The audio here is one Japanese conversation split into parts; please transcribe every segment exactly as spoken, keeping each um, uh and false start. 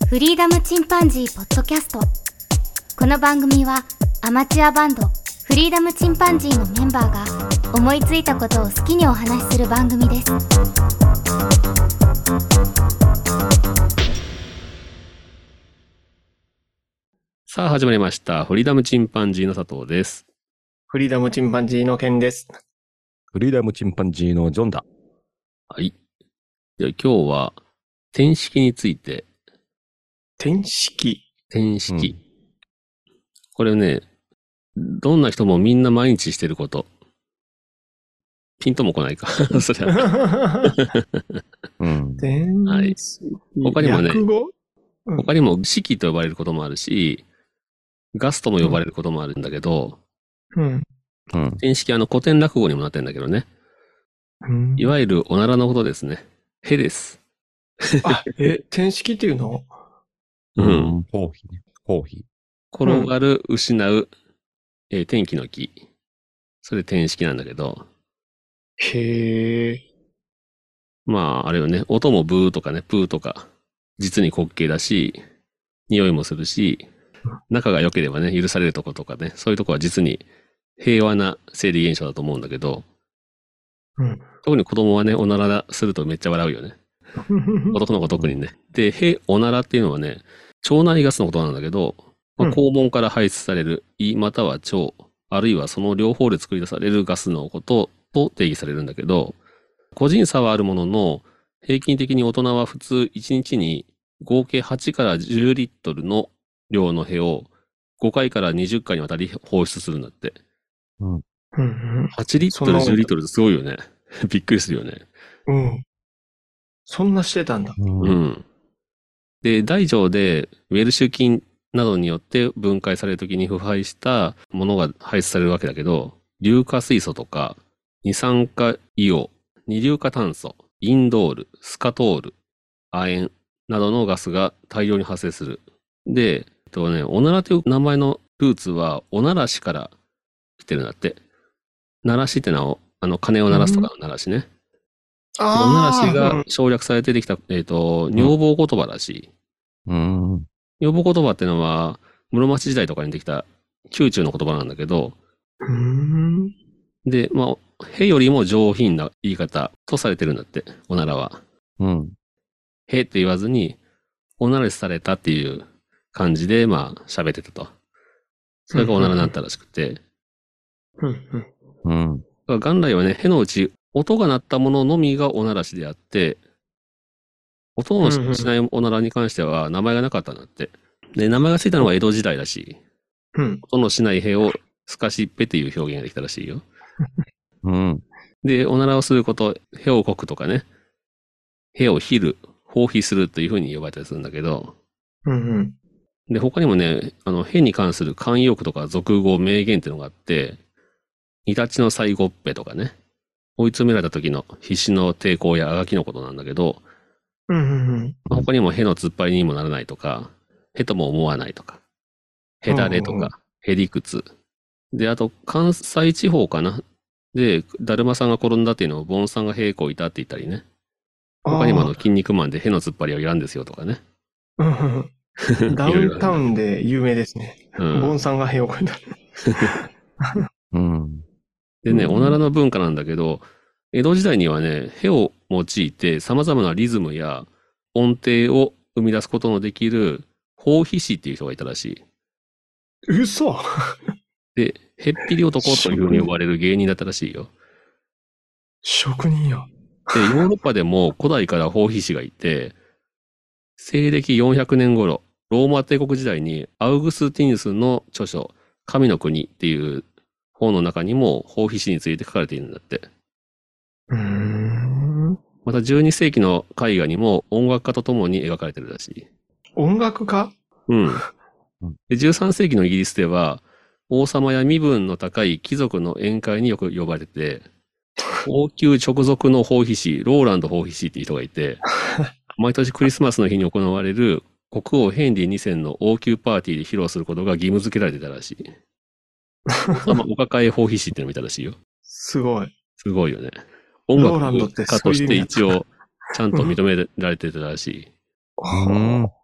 フリーダムチンパンジーポッドキャスト。この番組はアマチュアバンドフリーダムチンパンジーのメンバーが思いついたことを好きにお話しする番組です。 さあ始まりました。フリーダムチンパンジーの佐藤です。 フリーダムチンパンジーのケンです。 フリーダムチンパンジーのジョンだ。 はい。では今日は転式について。 転式転式、うん。これね、どんな人もみんな毎日してること。ピンとも来ないか。それは。 うん。 はい。他にもね、 うん、 他にも式と呼ばれることもあるし、ガスとも呼ばれることもあるんだけど、 うん。 うん。 転式あの古典落語にもなってるんだけどね。 うん、 いわゆるおならのことですね。へです。 あ、え、転式っていうの？ うん。 包皮ね。包皮。 転がる、失う、えー、天気の木。それ転式なんだけど。 へえ。 まあ、あれよね。音もブーとかね、プーとか、実に滑稽だし、匂いもするし、仲が良ければね、許されるとことかね、そういうとこは実に平和な生理現象だと思うんだけど、 うん、 特に子供はね、おならするとめっちゃ笑うよね。男の子特にね。で、へ、おならっていうのはね、腸内ガスのことなんだけど、まあ、肛門から排出される胃または腸、あるいはその両方で作り出されるガスのことと定義されるんだけど、個人差はあるものの、平均的に大人は普通いちにちに合計はちからじゅうリットルの量の屁をごかいからにじゅっかいにわたり放出するんだって。 うん。 はちリットル、じゅうリットルってすごいよね。びっくりするよね。 うん。そんなしてたんだ。 うん。うん、で、大腸でウェルシュ菌などによって分解されるときに腐敗したものが排出されるわけだけど、硫化水素とか二酸化硫黄、二硫化炭素、インドール、スカトール、亜鉛などのガスが大量に発生する。で、えっとね、おならという名前のルーツはおならしから来てるんだって。ならしってのは、あの、鐘を鳴らすとかのならしね。おならしが省略されてできた、えっと、女房言葉らしい。 うん。 女房言葉ってのは、室町時代とかにできた宮中の言葉なんだけど、 うん。 で、まあ、へよりも上品な言い方とされてるんだって、おならは。 うん。 へって言わずに、おならしされたっていう感じで、まあ、喋ってたと。それがおならになったらしくて。 うん。 うん。 元来はね、へのうち、音が鳴ったもののみがおならしであって、音のしないおならに関しては名前がなかったんだって。で、名前がついたのは江戸時代らしい。 うん。 音のしないへをすかしっぺっていう表現ができたらしいよ。 うん。 で、おならをすること、へをこくとかね、へをひる、放屁するというふうに呼ばれたりするんだけど、 うんうん、 で、他にもね、あの、へに関する慣用句とか俗語、名言っていうのがあって、イタチの最後っぺとかね、追い詰められた時の必死の抵抗やあがきのことなんだけど、 うんうんうんまあ、他にもへの突っ張りにもならないとか、へとも思わないとか、へだれとか、へりくつ。で、あと、関西地方かな。で、だるまさんが転んだっていうのを、ボンさんがへいこいたって言ったりね。他にもあの、筋肉マンでへの突っ張りはいらんですよとかね。 うんうん、ダウンタウンで有名ですね。うん、ボンさんがへをこいた。 うん。 でね、おならの文化なんだけど、江戸時代にはね、へを用いて様々なリズムや音程を生み出すことのできる放屁師っていう人がいたらしい。 嘘で、へっぴり男というふうに呼ばれる芸人だったらしいよ。 職人や。 で、ヨーロッパでも古代から放屁師がいて、西暦よんひゃくねん頃、ローマ帝国時代にアウグスティヌスの著書、神の国っていう本の中にも放屁師について書かれているんだって。 うーん。 またじゅうに世紀の絵画にも音楽家とともに描かれてるらしい。 音楽家？ うん。でじゅうさん世紀のイギリスでは、王様や身分の高い貴族の宴会によく呼ばれて、王宮直属の放屁師、ローランド放屁師っていう人がいて、毎年クリスマスの日に行われる国王ヘンリーにせいの王宮パーティーで披露することが義務付けられてたらしい。お抱え放屁師っていうのを見たらしいよ。 すごい。 すごいよね。音楽家として一応ちゃんと認められてたらしい。 うん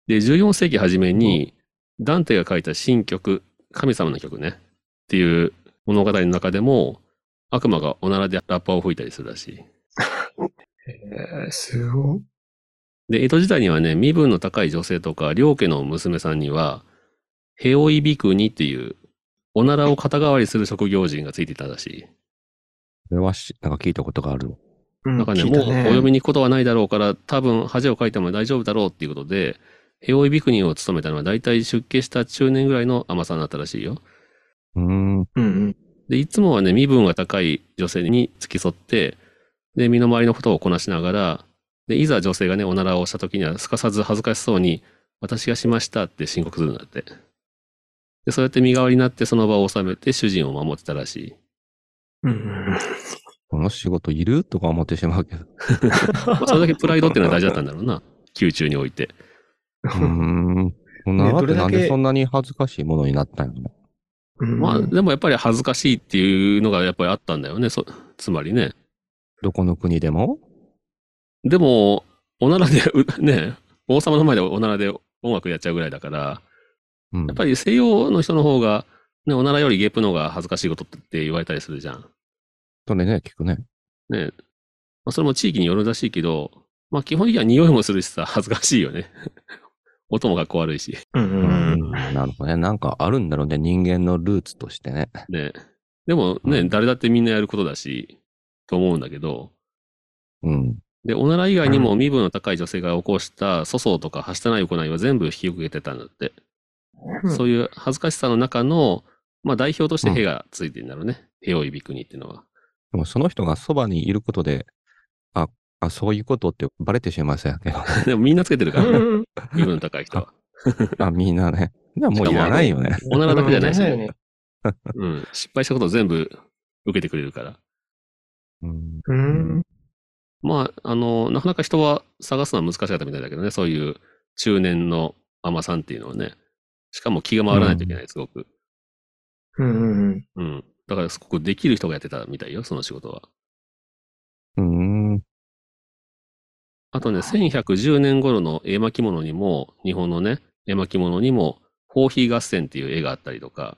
で、じゅうよん世紀初めに、ダンテが書いた新曲、神様の曲ね、っていう物語の中でも、悪魔がおならでラッパを吹いたりするらしい。 えー、すごい。 で、江戸時代にはね、身分の高い女性とか、両家の娘さんには、ヘオイビクニっていう、おならを肩代わりする職業人がついていたらしい。 それはし、なんか聞いたことがある。 うん、 なんかね、 聞いたもうお読みに行くことはないだろうから、多分恥をかいても大丈夫だろうっていうことで、ヘオイビクニを務めたのは大体出家した中年ぐらいの甘さになったらしいよ。 うーん。 うんうん。 で、いつもはね、身分が高い女性に付き添って、で、身の回りのことをこなしながら、で、いざ女性がね、おならをした時には、すかさず恥ずかしそうに、私がしましたって申告するんだって。で、そうやって身代わりになってその場を収めて主人を守ってたらしい。 うんうん。 この仕事いるとか思ってしまうけど。 まあそれだけプライドっていうのは大事だったんだろうな。宮中において。 うーん。おならってなんでそんなに恥ずかしいものになったんやろね。 うんまあ、でもやっぱり恥ずかしいっていうのがやっぱりあったんだよね。そ、つまりね。 どこの国でもでも、おならで、うね、王様の前でおならで音楽やっちゃうぐらいだから、 うん。 やっぱり西洋の人の方が、ね、おならよりゲップの方が恥ずかしいことって言われたりするじゃん。 それね、聞くね。 ね。まあ、それも地域によるらしいけど、まあ基本的には匂いもするしさ、恥ずかしいよね。音もかっこ悪いし。 うんううんん。なるほどね。なんかあるんだろうね。人間のルーツとしてね。 ね。でもね、 うん誰だってみんなやることだし、と思うんだけど、 うん。 で、おなら以外にも身分の高い女性が起こした粗相とかはしたない行いは全部引き受けてたんだって。 うん。 そういう恥ずかしさの中の、まあ代表としてへがついてるんだろうね。へをいびくにっていうのは。 でもその人がそばにいることで、あ、あ、そういうことってバレてしまいそうやけど。 でもみんなつけてるからね。 うん身分の高い人は。 あ、みんなね。じゃあもういらないよね。 おならだけじゃないし、 うんいらないよね。 うん。失敗したことを全部受けてくれるから。 うん。 うん。 まあ、あの、なかなか人は探すのは難しかったみたいだけどね。そういう中年のママさんっていうのはね。しかも気が回らないといけない、すごく。 うんうんうん。だからすごくできる人がやってたみたいよ、その仕事は。 うん。 あとね、せんひゃくじゅうねん頃の絵巻物にも、日本のね、絵巻物にも、コーヒー合戦っていう絵があったりとか、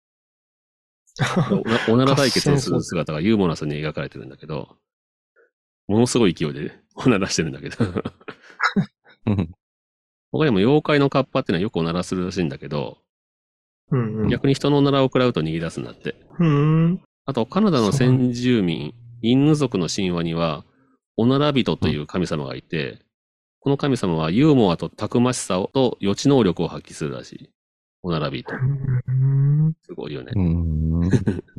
おなおなら対決をする姿がユーモラスに描かれてるんだけど、ものすごい勢いでおならしてるんだけど。 うん。 他にも妖怪のカッパっていうのはよくおならするらしいんだけど、 うんうん。 逆に人のおならを食らうと逃げ出すんだって。 うん。 あと、カナダの先住民、インヌ族の神話には、おなら人という神様がいて、この神様はユーモアとたくましさと予知能力を発揮するらしい。おなら人。 うんすごいよね。 うん。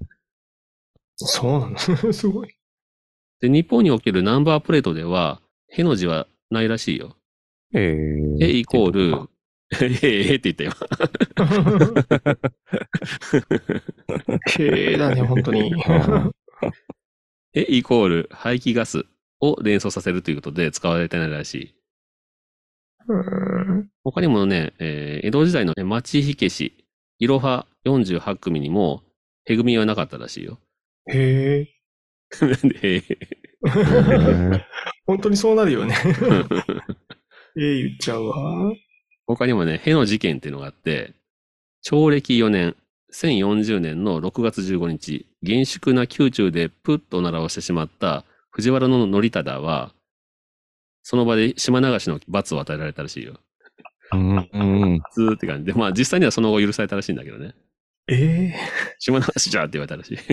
そうなのすごい。 で、日本におけるナンバープレートでは、への字はないらしいよ。 えー。 へイコール、へえって言ったよ。 へえだね、本当に。 へイコール排気ガスを連想させるということで使われてないらしい。 うん他にもね、えー江戸時代の町火消し、いろはよんじゅうはち組にも、へぐみはなかったらしいよ。 へえ。 なんで、へえ本当にそうなるよね。ええ言っちゃうわ。 他にもね、への事件っていうのがあって、長暦よねん、せんよんじゅうねんのろくがつじゅうごにち、厳粛な宮中でプッとおならをしてしまった藤原の則忠は、その場で島流しの罰を与えられたらしいよ。 うん。うん。 ずーって感じで、まあ実際にはその後許されたらしいんだけどね。 ええ島流しじゃーって言われたらしい。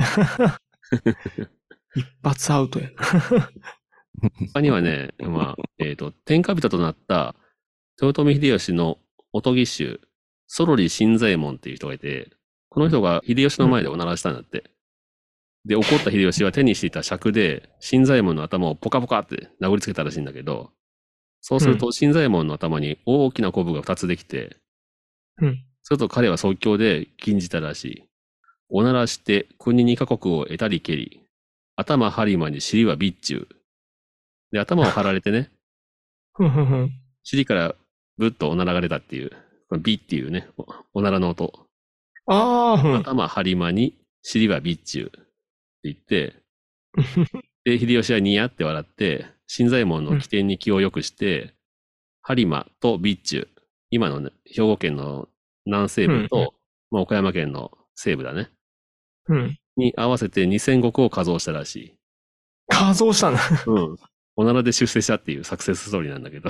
一発アウトやな。 他にはね、まあ、えっ、と、天下人となった豊臣秀吉のおとぎ衆、ソロリ新左衛門っていう人がいて、この人が秀吉の前でおならしたんだって。で、怒った秀吉は手にしていた尺で、新左衛門の頭をポカポカって殴りつけたらしいんだけど、そうすると新左衛門の頭に大きなコブがふたつできて、 うん。 すると彼は即興で禁じたらしい。おならして国二カ国を得たりけり、頭針間に尻は備中。で、頭を張られてね、 ふんふんふん。 尻からぶっとおならが出たっていう、このビっていうね、おおならの音。 ああ、うん。 頭針間に尻は備中って言って、で、秀吉はニヤって笑って、新左衛門の起点に気を良くして、 播磨と備中、今のね、兵庫県の南西部と、 うんうんまあ、岡山県の西部だね。 うん。 に合わせてにせんごくを稼働したらしい。 仮装したんだ。 うん。おならで出世したっていうサクセスストーリーなんだけど。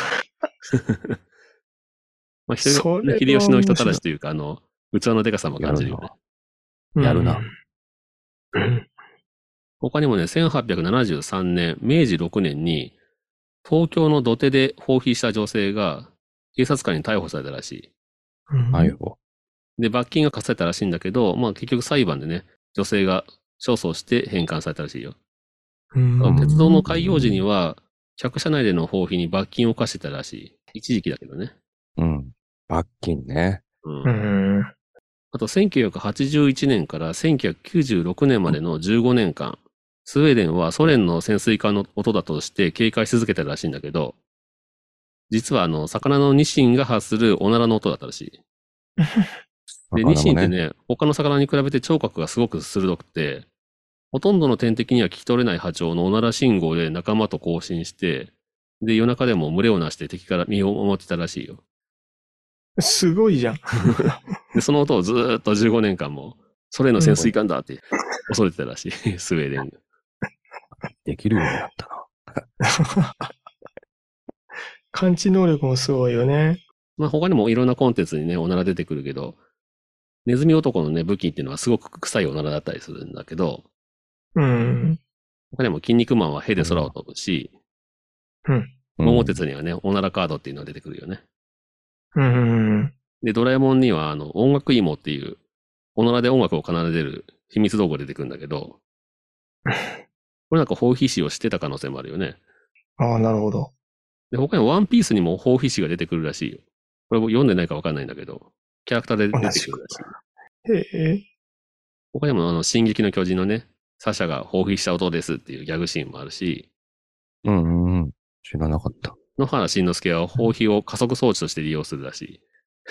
まあ、ひそれは秀吉の人たらしというか、あの、器のデカさも感じるよね。 やるな。 うん。 他にもね、せんはっぴゃくななじゅうさんねん、めいじろくねんに、東京の土手で放棄した女性が、警察官に逮捕されたらしい。 うん逮捕。 で、罰金が課されたらしいんだけど、まあ結局裁判でね、女性が勝訴して返還されたらしいよ。 うん鉄道の開業時には、客車内での放棄に罰金を課してたらしい。一時期だけどね。 うん。罰金ね。 うん。 うん。 あと、せんきゅうひゃくはちじゅういちねんからせんきゅうひゃくきゅうじゅうろくねんまでのじゅうごねんかん、スウェーデンはソ連の潜水艦の音だとして警戒し続けてたらしいんだけど、実はあの、魚のニシンが発するおならの音だったらしい。で、ニシンってね、他の魚に比べて聴覚がすごく鋭くて、ほとんどの天敵には聞き取れない波長のおなら信号で仲間と交信して、で、夜中でも群れをなして敵から身を守ってたらしいよ。 すごいじゃん。 で、その音をずーっとじゅうごねんかんも、ソ連の潜水艦だって恐れてたらしい、スウェーデンが。 できるようになったな。 感知能力もすごいよね。 まあ他にもいろんなコンテンツにね、おなら出てくるけど、ネズミ男のね、武器っていうのはすごく臭いおならだったりするんだけど、 うん。 他にも筋肉マンはヘで空を飛ぶし、 うん。 桃鉄にはね、おならカードっていうのが出てくるよね。 うん。 で、ドラえもんにはあの、音楽芋っていう、おならで音楽を奏でる秘密道具が出てくるんだけど、これなんか包皮師をしてた可能性もあるよね。 ああ、なるほど。 で、他にもワンピースにも包皮師が出てくるらしいよ。これ僕読んでないかわかんないんだけど、キャラクターで出てくるらしい。 へえ。 他にもあの、進撃の巨人のね、サシャが包皮した音ですっていうギャグシーンもあるし、 うんうんうん。知らなかった。 野原慎之介は包皮を加速装置として利用するらしい。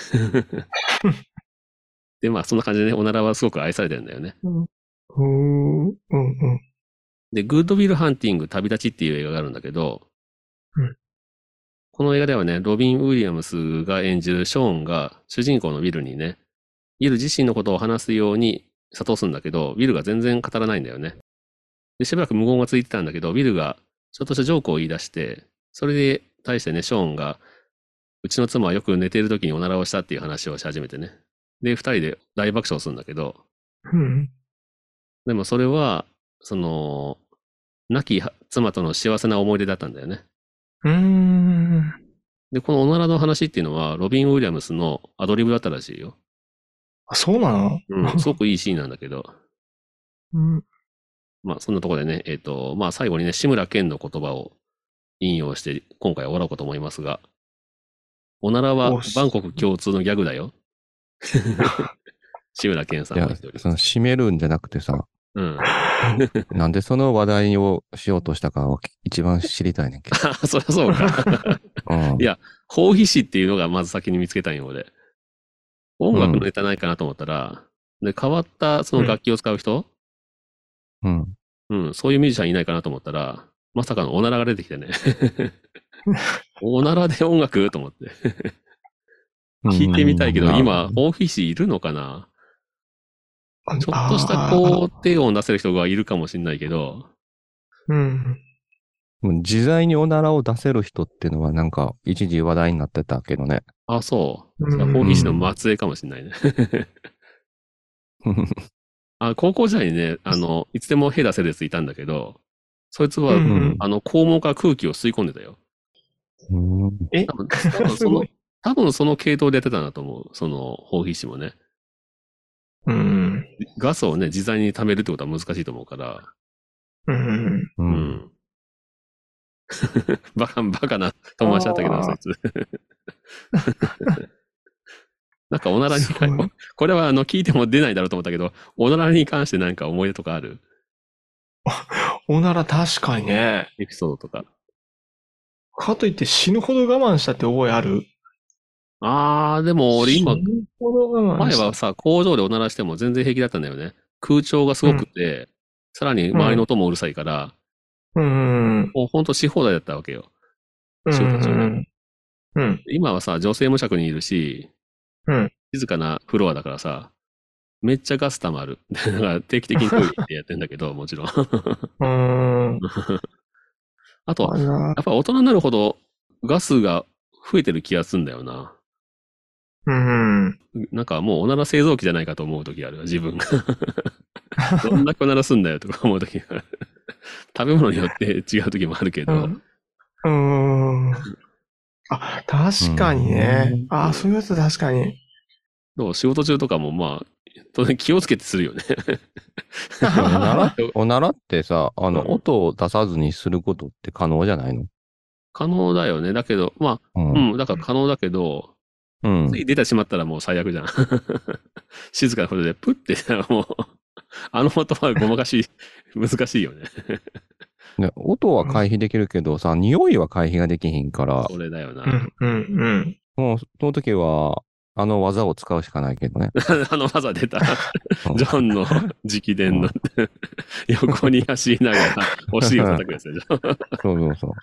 で、まあ、そんな感じでね、おならはすごく愛されてるんだよね。 うん。うん。うん。 で、グッドウィル・ハンティング旅立ちっていう映画があるんだけど、 うんこの映画ではね、ロビン・ウィリアムスが演じるショーンが主人公のウィルにね、ウィル自身のことを話すように諭すんだけど、ウィルが全然語らないんだよね。で、しばらく無言がついてたんだけど、ウィルがちょっとしたジョークを言い出して、それで対してね、ショーンが、うちの妻はよく寝ている時におならをしたっていう話をし始めてね。で、二人で大爆笑するんだけど、 うん。 でもそれは、その、亡き妻との幸せな思い出だったんだよね。 うん。 で、このおならの話っていうのは、ロビン・ウィリアムスのアドリブだったらしいよ。 あ、そうなの？ うん、すごくいいシーンなんだけど。 うん。 まあ、そんなところでね、えっと、まあ、最後にね、志村けんの言葉を引用して、今回は終わろうかと思いますが、おならはおしバンコク共通のギャグだよ。志村けんさいやんは一人。、 その締めるんじゃなくてさ、 うん。 なんでその話題をしようとしたかを一番知りたいねんけあ、そりゃそうか。 ど。うん。 いや包皮師っていうのがまず先に見つけたんよ、俺。音楽のネタないかなと思ったら、で、変わったその楽器を使う人、 うん。 うん、そういうミュージシャンいないかなと思ったら、まさかのおならが出てきてね。おならで音楽と思って。聞いてみたいけど、 うん今、包皮師いるのかな？ちょっとしたあー高低音出せる人がいるかもしれないけど、 うん。 もう自在におならを出せる人っていうのはなんか一時話題になってたけどね。 あ、そう。 うんそれは包皮師の末裔かもしれないね。あ、高校時代にね、あの、いつでもヘ出せるやついたんだけど、そいつは、 うんあの、肛門から空気を吸い込んでたよ。 うんえ多分、多分すそのごい。、 多分その系統でやってたなと思う。その、包皮師もね。 うん。 ガスをね、自在に溜めるってことは難しいと思うから。 うん。 う。 うんん。バカ、バカな友達だったけど、 あーそいつ。なんかおならにすごい、 これはあの、聞いても出ないだろうと思ったけど、おならに関してなんか思い出とかある？ おなら確かにね。 エピソードとか。 かといって死ぬほど我慢したって覚えある？ あー、でも俺今死、ぬほど我慢した。 前はさ、工場でおならしても全然平気だったんだよね。空調がすごくて、さらに周りの音もうるさいから、 うん。 もうほんとし放題だったわけよ。 うん。 仕事中ね。 うん。 今はさ、女性無職にいるし、 うん。 静かなフロアだからさ、めっちゃガス溜まる。だから定期的にトイレ行ってやってんだけど、もちろん。 うーん。 あと、 あらやっぱ大人になるほどガスが増えてる気がするんだよな。 うん。 なんかもうおなら製造機じゃないかと思う時がある、自分が。どんだけおならすんだよとか思う時がある。食べ物によって違う時もあるけど。 うん。うーん。あ、確かにね。あ、そういうやつ確かに。 どう仕事中とかもまあ、当然気をつけてするよね。 おなら、おならってさ、あの、 うん音を出さずにすることって可能じゃないの？ 可能だよね。だけど、まあ、 う。 うんん、だから可能だけど、 うんつ。い出てしまったらもう最悪じゃん。静かなことで、プッて、もう、あの音はごまかし、難しいよね。 ね、音は回避できるけどさ、匂いは回避ができひんから、 それだよな。 うん、うん、うん。 もう、その時は、あの技を使うしかないけどね。 あの技出た。 うんジョンの直伝の、横に走りながら、お尻を叩くやつでしょ。 そうそうそう。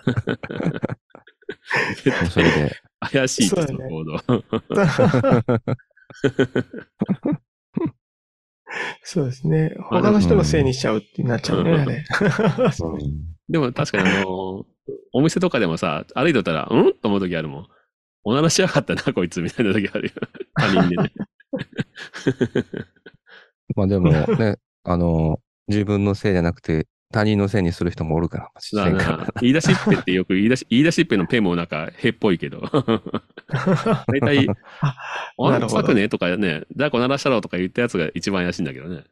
もうそれで。 怪しいって、 そうだねその行動。 そうですね。他の人のせいにしちゃうってなっちゃうね、 うんあれ。 でも確かにあの、お店とかでもさ、歩いとったら、うんと思う時あるもん。おならしやがったな、こいつ、みたいな時あるよ。他人でね。 まあでもね、あの、自分のせいじゃなくて、他人のせいにする人もおるから、自だ然かから、言い出しっぺってよく言い出し、言い出しっぺのペもなんか、へっぽいけど。大体、 あ、 あなるほど臭くねとかね、誰かおならしたろうとか言ったやつが一番怪しいんだけどね。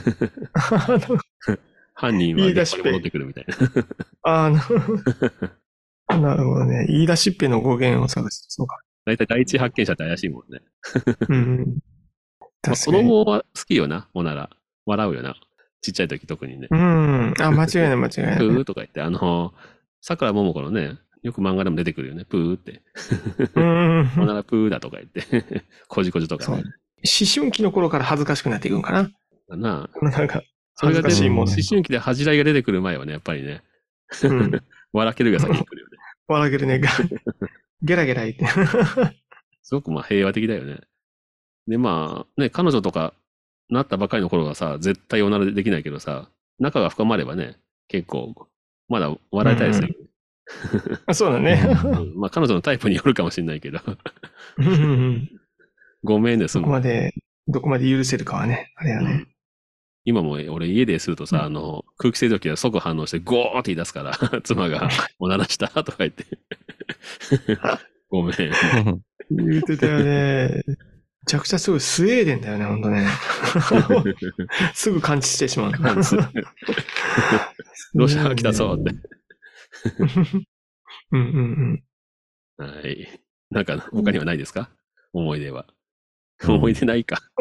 犯人は現場に戻ってくるみたいな。 ああ、なるほど。なるほどね。言い出しっぺの語源を探す。そうか。 大体第一発見者って怪しいもんね。 うんうん。 まあ、子確かに。 供は好きよな、おなら。笑うよな。ちっちゃい時特にね。 うん。あ、間違いない間違いない。 プーとか言って、あの、桜ももこのね、よく漫画でも出てくるよね。プーって。 うん。 おならプーだとか言って。こじこじとかそう。 ね。 思春期の頃から恥ずかしくなっていくんかな。 だな。 なんか、 それが出る、 恥ずかしいもん思ね。 春期で恥じらいが出てくる前はね、やっぱりね、 うん。 笑けるが先に来るよね。 笑けるね。がゲラゲラ言って。 すごくまあ平和的だよね。で、まあ、ね、彼女とかなったばかりの頃はさ、絶対おならできないけどさ、仲が深まればね、結構、まだ笑えたりするよね。 あ、そうだね。 うんまあ彼女のタイプによるかもしれないけど、 うんうんうんごめんね、すどんこまで、どこまで許せるかはね、あれやね。 今も俺家でするとさ、 うんあの、空気清浄機が即反応してゴーって言い出すから、妻がおならしたとか言って。ごめん。 言ってたよね。めちゃくちゃすごいスウェーデンだよね、ほんとね。すぐ感知してしまう。 ロシア来たぞって。 うんうんうん。 はい。なんか他にはないですか？思い出は。 うん思い出ないか。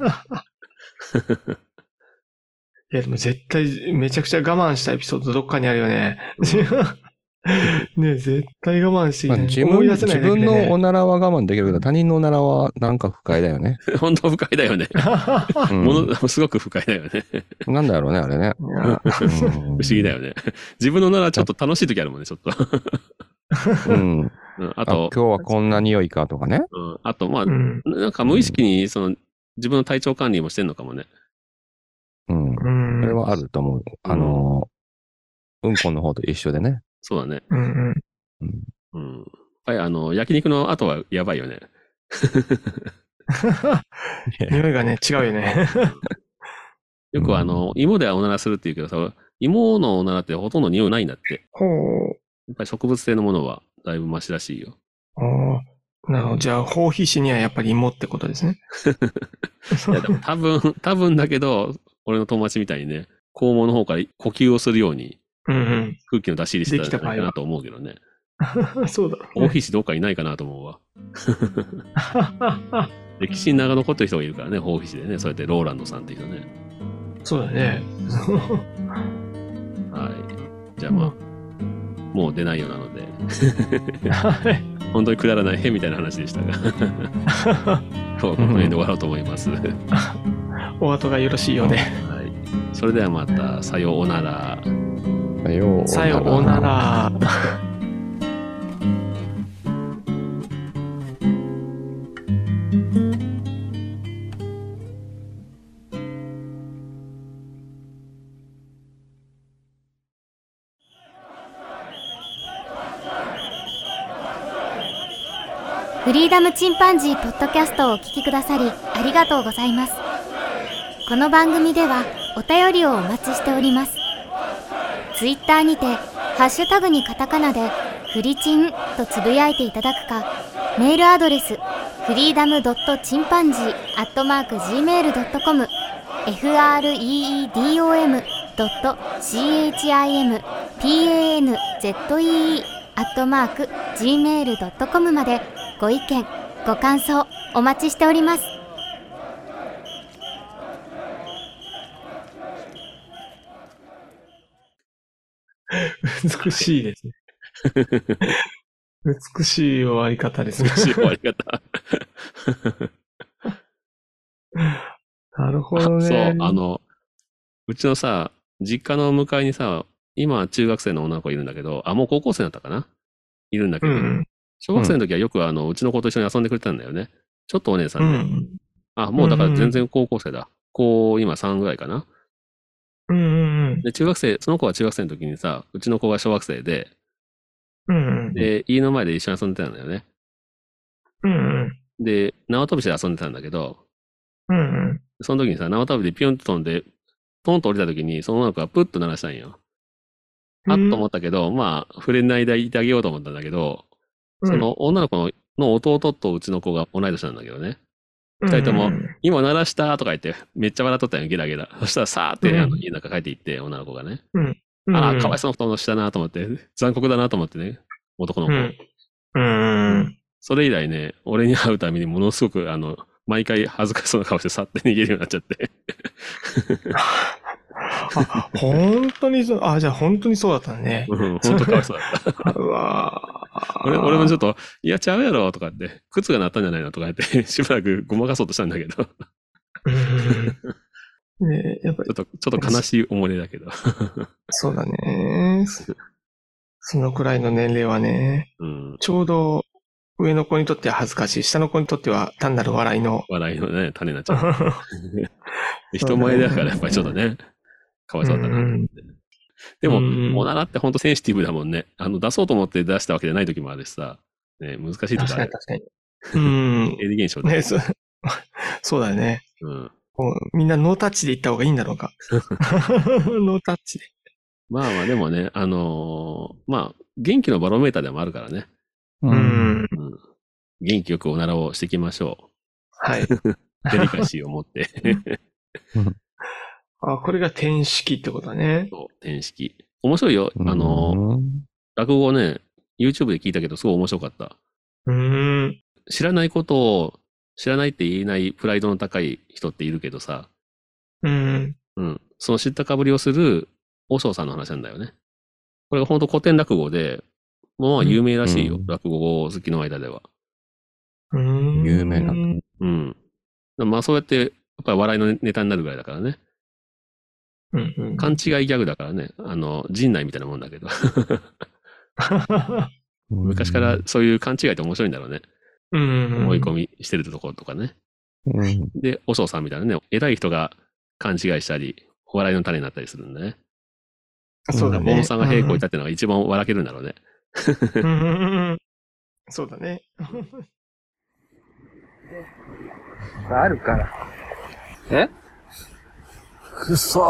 いや、でも絶対めちゃくちゃ我慢したエピソードどっかにあるよね。ね絶対我慢していない。 まあ自分思い出せない自分だけでねのおならは我慢できるけど、他人のおならはなんか不快だよね。 本当不快だよね。 うんもの、すごく不快だよね。 なんだろうね、あれね。 いや不不思議だよね。自分のならちょっと楽しい時あるもんね、ちょっと。 うん。 うんああと、 今日はこんな匂いかとかね。 うんあと、まあう、んなんか無意識にその自分の体調管理もしてんのかもね。 うん。 うんそれはあると思う。あの、うんこの方と一緒でね。 そうだね。 うんうんうん。 うん。やっぱりあの、焼肉の後はやばいよね。 匂いがね、違うよね。 よくあの、芋ではおならするって言うけどさ、芋のおならってほとんど匂いないんだって。 ほう。 やっぱり植物性のものはだいぶマシらしいよ。 ああ。なるほど。じゃあ、包皮紙にはやっぱり芋ってことですね。 いやでも多分、多分だけど、俺の友達みたいにね、肛門の方から呼吸をするようにうん空気の出し入れしてたんじゃないかなと思うけどね。 うん。そうだろうね。 大皮脂どっかいないかなと思うわ。歴史に長残ってる人がいるからね、大皮脂でね。そうやってローランドさんって人ね。 そうだね。 はい。じゃあまあ、もう出ないようなので、 はい。 本当にくだらないへみたいな話でしたが、今日はこの辺で終わろうと思います。はお後がよろしいようで。 い。それではまた、さようなら。 さようさようなら。 フリーダムチンパンジーポッドキャストをお聞きくださりありがとうございます。この番組ではお便りをお待ちしております。ツイッターにてハッシュタグにカタカナでフリチンとつぶやいていただくか、メールアドレスフリーダムドットチンパンジーアットマーク ジーメールドットコム フリーダムドットチンパンジーアットマーク ジーメールドットコム までご意見ご感想お待ちしております。 美しいですね。美しい終わり方ですね。 美しい終わり方。 なるほどね。 そう、あの、うちのさ、実家の向かいにさ、今中学生の女の子いるんだけど、あ、もう高校生だったかないるんだけど、 うん小学生の時はよくあの、うちの子と一緒に遊んでくれてたんだよね。ちょっとお姉さうんで。 ん。 あ、もうだから全然高校生だ。高今さんぐらいかな。 うんうんで、中学生、その子は中学生の時にさ、うちの子が小学生で、 うん。 で、家の前で一緒に遊んでたんだよね。 うんうん。 で、縄跳びして遊んでたんだけど、 うんうん。 その時にさ、縄跳びでピュンと飛んで、ポンと降りた時に、その女の子がプッと鳴らしたんよ。あっと思ったけど、まあ、触れないでいてあげようと思ったんだけど、その女の子のの弟とうちの子が同い年なんだけどね。二人とも、今鳴らしたとか言って、めっちゃ笑っとったんよ、ゲラゲラ。そしたらさーって、 うんあの家の中帰って行って、女の子がね。 うん。 ああ、かわいそうなことしたなと思って、残酷だなと思ってね、男の子。 うん。うん。 それ以来ね、俺に会うためにものすごく、あの、毎回恥ずかしそうな顔して去って逃げるようになっちゃって。 あ、本当にそう、あ、じゃあ本当にそうだったね。 うん、本当かわいそうだった。 うわ俺俺もちょっと、いや、ちゃうやろとかって、靴が鳴ったんじゃないのとか言って、しばらくごまかそうとしたんだけど。 うんねやっぱりちょっと、ちょっと悲しい思い出だけど。 そうだね。そのくらいの年齢はね、 うん、 ちょうど上の子にとっては恥ずかしい、下の子にとっては単なる笑いの。 笑いのね、種になっちゃう。人前だからやっぱりちょっとね、かわいそうだったなと思って。でも、おならって本当センシティブだもんね。あの、出そうと思って出したわけじゃない時もあるしさ。ね、難しいとかある。 確かに確かに。うん。 生理現象だね、そ、そうだよね。 うん。 もうみんなノータッチで行った方がいいんだろうか。ノータッチで。 まあまあでもね、あのー、まあ、元気のバロメーターでもあるからね。 うん。うん、 元気よくおならをしていきましょう。 はい。 デリカシーを持って。 あ、これが天式ってことだね。 そう、天式。面白いよ。あの、落語ね、YouTube で聞いたけど、すごい面白かった。 うーん。 知らないことを、知らないって言えないプライドの高い人っているけどさ。 うん。 うん。その知ったかぶりをする、和尚さんの話なんだよね。これが本当古典落語で、もう有名らしいよ。うん、落語好きの間では。 うん。 有名な。 うん。まあそうやって、やっぱり笑いのネタになるぐらいだからね。 うんうん、 勘違いギャグだからね。あの、陣内みたいなもんだけど。昔からそういう勘違いって面白いんだろうね。 うん、 思い込みしてるところとかね。 うん、 で、和尚さんみたいなね、偉い人が勘違いしたり、笑いの種になったりするんだね。 そうだね。 モンさんが平行いたっていうのが一番笑けるんだろうね。 うん、そうだね。 あるから。えくそ。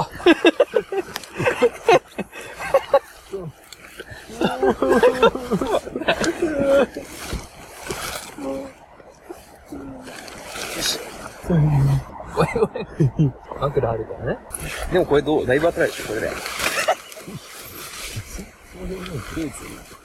おいおい。枕あるからね。でもこれどうだいぶ当たらないでしょ、これで。